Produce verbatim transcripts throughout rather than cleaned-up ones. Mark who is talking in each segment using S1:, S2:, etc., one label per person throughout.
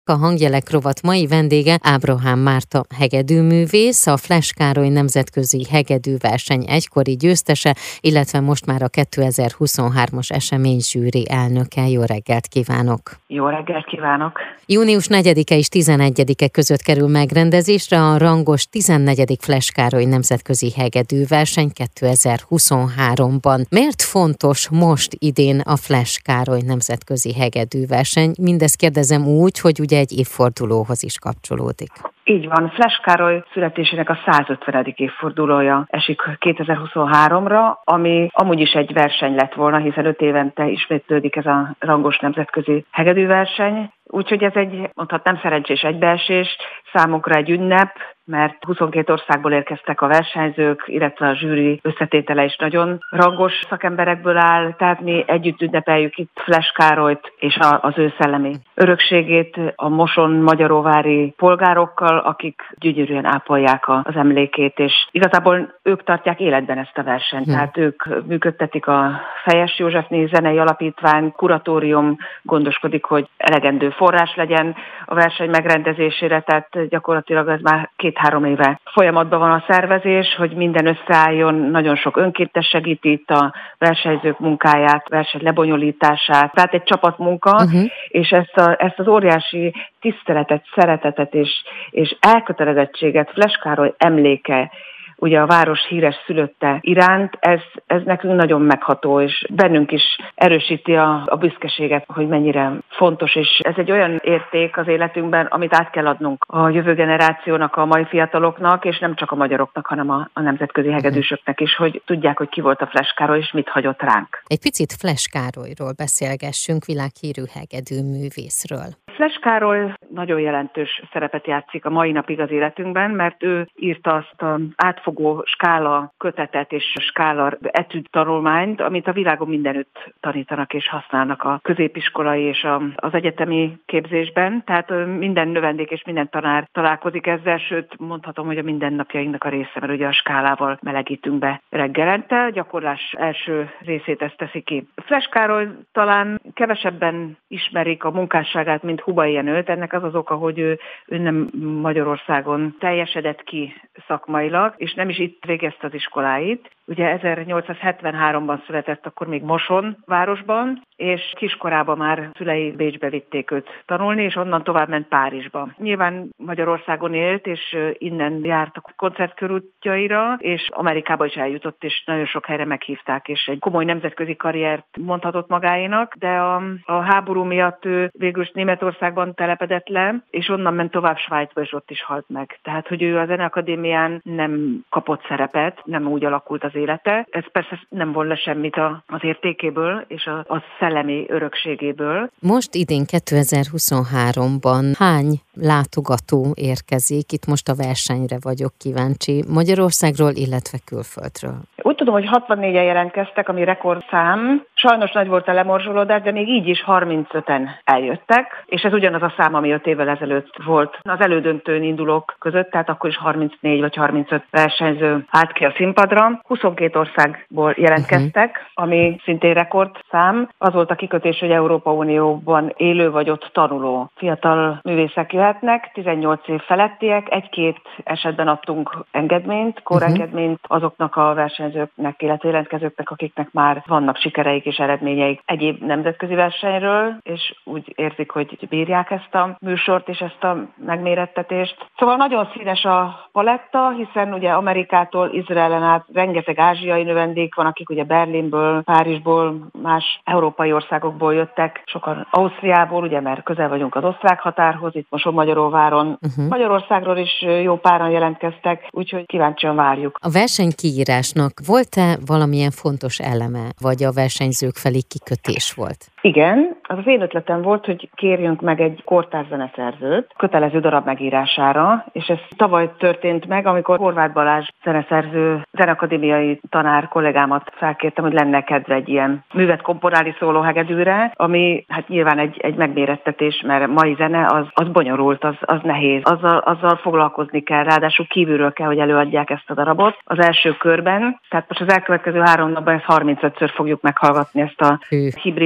S1: A Hangjelek rovat mai vendége Ábrahám Márta hegedűművész, a Flesch Károly nemzetközi hegedűverseny egykori győztese, illetve most már a kétezer-huszonhármas esemény zsűri elnöke. Jó reggelt kívánok!
S2: Jó reggelt kívánok!
S1: Június negyedike és tizenegyedike között kerül megrendezésre a rangos tizennegyedik Flesch Károly nemzetközi hegedűverseny kétezer-huszonháromban. Miért fontos most idén a Flesch Károly nemzetközi hegedűverseny? Mindezt kérdezem úgy, hogy ugye egy évfordulóhoz is kapcsolódik.
S2: Így van, Flesch Károly születésének a százötvenedik évfordulója esik kétezer-huszonháromra, ami amúgy is egy verseny lett volna, hiszen öt évente ismétlődik ez a rangos nemzetközi hegedűverseny. Úgyhogy ez egy, mondhatnám, szerencsés egybeesés, számunkra egy ünnep, mert huszonkét országból érkeztek a versenyzők, illetve a zsűri összetétele is nagyon rangos szakemberekből áll, tehát mi együtt ünnepeljük itt Flesch Károlyt és a, az ő szellemi örökségét a Moson-Magyaróvári polgárokkal, akik gyönyörűen ápolják az emlékét, és igazából ők tartják életben ezt a versenyt, hmm. tehát ők működtetik a Fejes Józsefné Zenei Alapítvány, kuratórium gondoskodik, hogy elegendő forrás legyen a verseny megrendezésére, tehát gyakorlatilag ez már két-három éve folyamatban van a szervezés, hogy minden összeálljon, nagyon sok önkéntes segít itt a versenyzők munkáját, verseny lebonyolítását, tehát egy csapatmunka, uh-huh. és ezt, a, ezt az óriási tiszteletet, szeretetet és, és elkötelezettséget Flesch Károly emléke, ugye a város híres szülötte iránt, ez, ez nekünk nagyon megható, és bennünk is erősíti a, a büszkeséget, hogy mennyire fontos, és ez egy olyan érték az életünkben, amit át kell adnunk a jövő generációnak, a mai fiataloknak, és nem csak a magyaroknak, hanem a, a nemzetközi hegedűsöknek is, hogy tudják, hogy ki volt a Flesch Károly, és mit hagyott ránk.
S1: Egy picit Flesch Károlyról beszélgessünk, világhírű hegedűművészről.
S2: Flesch Károly nagyon jelentős szerepet játszik a mai napig az életünkben, mert ő írta azt az átfogó skála kötetet és skála etüd tanulmányt, amit a világon mindenütt tanítanak és használnak a középiskolai és a, az egyetemi képzésben. Tehát minden növendék és minden tanár találkozik ezzel, sőt mondhatom, hogy a mindennapjainknak a része, mert ugye a skálával melegítünk be reggelente, gyakorlás első részét ezt teszi ki. Flesch Károly talán kevesebben ismerik a munkásságát, mint Hubai Jenőt. Ennek az az oka, hogy ő, ő nem Magyarországon teljesedett ki szakmailag, és nem is itt végezte az iskoláit. Ugye ezernyolcszázhetvenháromban született, akkor még Moson városban, és kiskorában már szülei Bécsbe vitték őt tanulni, és onnan tovább ment Párizsba. Nyilván Magyarországon élt, és innen járt a koncertkörútjaira, és Amerikába is eljutott, és nagyon sok helyre meghívták, és egy komoly nemzetközi karriert mondhatott magáénak, de a, a háború miatt ő végül is Németországban telepedett le, és onnan ment tovább Svájcba, és ott is halt meg. Tehát, hogy ő a Zeneakadémián nem kapott szerepet, nem úgy alakult az élete. Ez persze nem von le semmit a, az értékéből és a, a szellemi örökségéből.
S1: Most idén kétezer-huszonháromban hány látogató érkezik? Itt most a versenyre vagyok kíváncsi. Magyarországról, illetve külföldről.
S2: Úgy tudom, hogy hatvannégyen jelentkeztek, ami rekordszám. Sajnos nagy volt a lemorzsolódás, de még így is harmincöten eljöttek, és ez ugyanaz a szám, ami öt évvel ezelőtt volt az elődöntőn indulók között, tehát akkor is harmincnégy vagy harmincöt versenyző állt ki a színpadra. huszonkét országból jelentkeztek, uh-huh. ami szintén rekordszám. Az volt a kikötés, hogy Európai Unióban élő vagy ott tanuló fiatal művészek jöhetnek, tizennyolc év felettiek, egy-két esetben adtunk engedményt, kórengedményt azoknak a versenyzőknek, illetve jelentkezőknek, akiknek már vannak sikereik és eredményeik egyéb nemzetközi versenyről, és úgy érzik, hogy bírják ezt a műsort és ezt a megmérettetést. Szóval nagyon színes a paletta, hiszen ugye Amerikától Izraelen át rengeteg ázsiai növendék van, akik ugye Berlinből, Párizsból, más európai országokból jöttek, sokan Ausztriából, ugye mert közel vagyunk az osztrák határhoz, itt Moson-Magyaróváron. Uh-huh. Magyarországról is jó páran jelentkeztek, úgyhogy kíváncsian várjuk.
S1: A verseny kiírásnak volt-e valamilyen fontos eleme, vagy a versenyzők felé kikötés volt?
S2: Igen, az az én ötletem volt, hogy kérjünk meg egy kortárs zeneszerzőt kötelező darab megírására, és ez tavaly történt meg, amikor Horváth Balázs zeneszerző, zeneakadémiai tanár kollégámat felkértem, hogy lenne kedve egy ilyen művet komponálni szólóhegedűre, ami hát nyilván egy, egy megmérettetés, mert mai zene az, az bonyolult, az, az nehéz, azzal, azzal foglalkozni kell, ráadásul kívülről kell, hogy előadják ezt a darabot az első körben, tehát most az elkövetkező három napban ezt harmincötször fogjuk meghallgatni, ezt a hibrid Passacua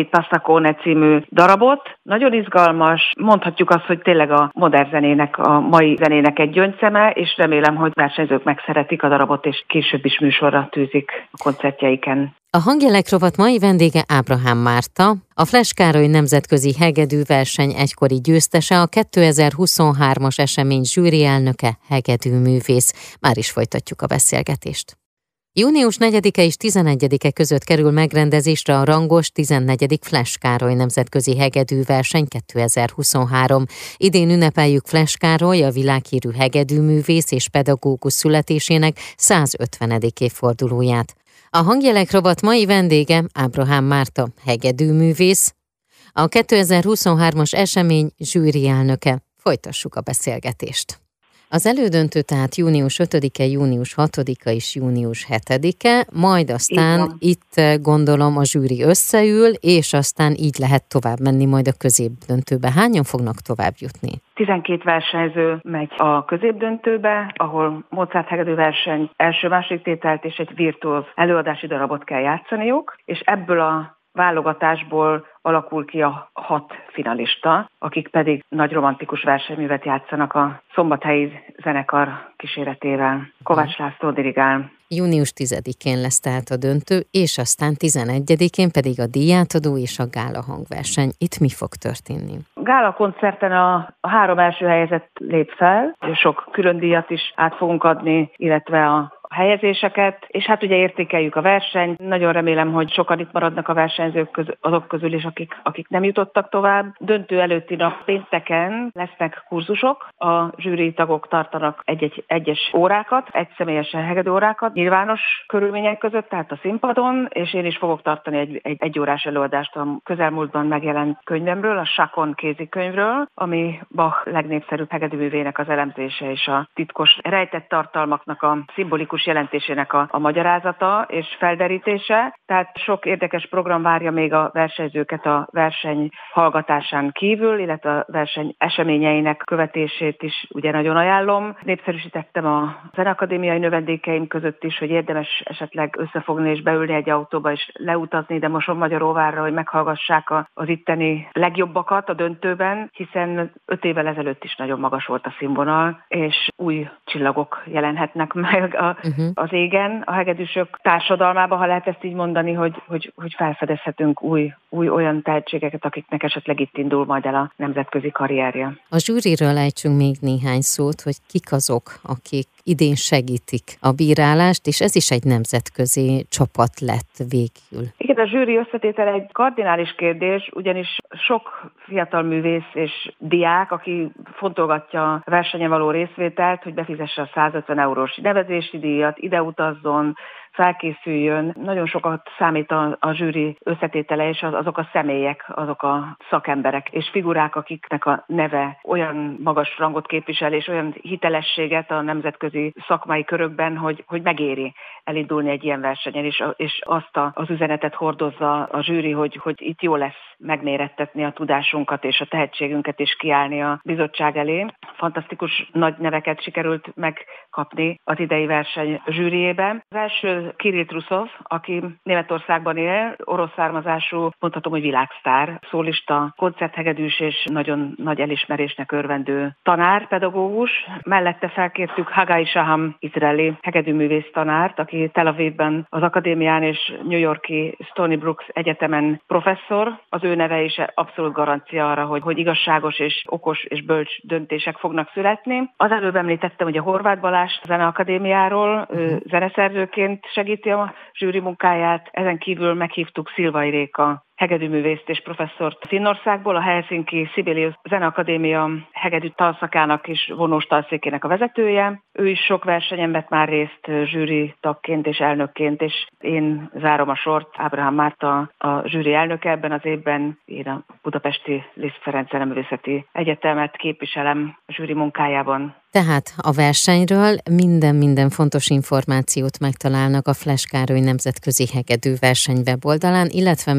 S2: Balcone című darabot. Nagyon izgalmas, mondhatjuk azt, hogy tényleg a modern zenének, a mai zenének egy gyöngyszeme, és remélem, hogy versenyzők megszeretik a darabot, és később is műsorra tűzik a koncertjeiken.
S1: A Hangjelek rovat mai vendége Ábrahám Márta, a Flesch Károly nemzetközi hegedűverseny egykori győztese, a kétezer-huszonhármas esemény zsűri elnöke, hegedűművész. Már is folytatjuk a beszélgetést. június negyedike és tizenegyedike között kerül megrendezésre a rangos tizennegyedik Flesch Károly nemzetközi hegedűverseny kétezer-huszonhárom. Idén ünnepeljük Flesch Károly, a világhírű hegedűművész és pedagógus születésének százötvenedik évfordulóját. A Hangjelek rovat mai vendége Ábrahám Márta, hegedűművész, a kétezer-huszonhármas esemény zsűri elnöke. Folytassuk a beszélgetést. Az elődöntő tehát június ötödike, június hatodika és június hetedike, majd aztán itt gondolom a zsűri összeül, és aztán így lehet tovább menni majd a középdöntőbe. Hányan fognak tovább jutni?
S2: tizenkét versenyző megy a középdöntőbe, ahol Mozart hegedűverseny első-második tételt és egy virtuóz előadási darabot kell játszaniuk, és ebből a válogatásból alakul ki a hat finalista, akik pedig nagy romantikus versenyművet játszanak a Szombathelyi zenekar kíséretével. Kovács László dirigál.
S1: június tizedikén lesz tehát a döntő, és aztán tizenegyedikén pedig a díjátadó és a gála hangverseny. Itt mi fog történni?
S2: A gála koncerten a, a három első helyezett lép fel, sok külön díjat is át fogunk adni, illetve a helyezéseket, és hát ugye értékeljük a versenyt. Nagyon remélem, hogy sokan itt maradnak a versenyzők közül, azok közül is, akik, akik nem jutottak tovább. Döntő előtti nap pénteken lesznek kurzusok, a zsűri tagok tartanak egy-egy egyes órákat, egyszemélyesen hegedű órákat, nyilvános körülmények között, tehát a színpadon, és én is fogok tartani egy, egy egyórás előadást a közelmúltban megjelent könyvemről, a Sakon kézikönyvről, ami Bach legnépszerűbb hegedűművének az elemzése és a titkos rejtett tartalmaknak a szimbolikus jelentésének a, a magyarázata és felderítése. Tehát sok érdekes program várja még a versenyzőket a verseny hallgatásán kívül, illetve a verseny eseményeinek követését is ugye nagyon ajánlom. Népszerűsítettem a Zeneakadémiai növendékeim között is, hogy érdemes esetleg összefogni és beülni egy autóba és leutazni ide Mosonmagyaróvárra, hogy meghallgassák a, az itteni legjobbakat a döntőben, hiszen öt évvel ezelőtt is nagyon magas volt a színvonal, és új csillagok jelenhetnek meg a Uh-huh. az égen, a hegedűsök társadalmába, ha lehet ezt így mondani, hogy, hogy, hogy felfedezhetünk új, új olyan tehetségeket, akiknek esetleg itt indul majd el a nemzetközi karrierje.
S1: A zsűriről ejtsünk még néhány szót, hogy kik azok, akik idén segítik a bírálást, és ez is egy nemzetközi csapat lett végül.
S2: Igen, a zsűri összetétel egy kardinális kérdés, ugyanis sok fiatal művész és diák, aki fontolgatja a versenyen való részvételt, hogy befizesse a százötven eurós nevezési díjat, ide utazzon, felkészüljön. Nagyon sokat számít a, a zsűri összetétele, és az, azok a személyek, azok a szakemberek és figurák, akiknek a neve olyan magas rangot képvisel, és olyan hitelességet a nemzetközi szakmai körökben, hogy, hogy megéri elindulni egy ilyen versenyen, és, és azt a, az üzenetet hordozza a zsűri, hogy, hogy itt jó lesz megmérettetni a tudásunkat és a tehetségünket, és kiállni a bizottság elé. Fantasztikus nagy neveket sikerült megkapni az idei verseny zsűriében. Az első Kirill Truszov, aki Németországban él, orosz származású, mondhatom, hogy világsztár, szólista, koncerthegedűs és nagyon nagy elismerésnek örvendő tanár, pedagógus. Mellette felkértük Hagai Shaham izraeli hegedűművész tanárt, aki Tel Avivben az akadémián és New Yorki Stony Brooks egyetemen professzor. Az ő neve is abszolút garancia arra, hogy, hogy igazságos és okos és bölcs döntések fognak születni. Az előbb említettem, hogy a Horváth Balázs Zeneakadémiáról, ő zeneszerzőként segíti a zsűri munkáját. Ezen kívül meghívtuk Szilvai Réka hegedűművészt és professzort Finnországból, a Helsinki Sibelius Zeneakadémia hegedű tanszakának és vonós tanszékének a vezetője. Ő is sok versenyen vett már részt zsűri tagként és elnökként, és én zárom a sort. Ábrahám Márta a zsűri elnöke ebben az évben. Én a Budapesti Liszt Ferenc Zeneművészeti Egyetemet képviselem a zsűri munkájában.
S1: Tehát a versenyről minden-minden fontos információt megtalálnak a Flesch Károly nemzetközi hegedűverseny weboldalán, illetve még, amit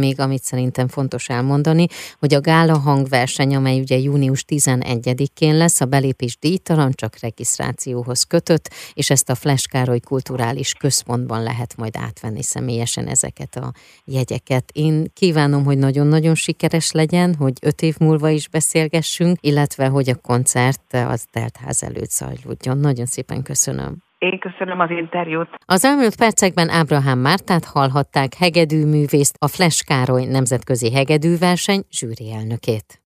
S1: szerintem fontos elmondani, hogy a gála hangverseny, amely ugye június tizenegyedikén lesz, a belépés díjtalan, csak regisztrációhoz kötött, és ezt a Flesch Károly Kulturális Központban lehet majd átvenni személyesen ezeket a jegyeket. Én kívánom, hogy nagyon-nagyon sikeres legyen, hogy öt év múlva is beszélgessünk, illetve hogy a koncert az teltház előtt zajlódjon. Nagyon szépen köszönöm.
S2: Én köszönöm az interjút.
S1: Az elmúlt percekben Ábrahám Mártát hallhatták, hegedűművészt, a Flesch Károly Nemzetközi Hegedűverseny zsűri elnökét.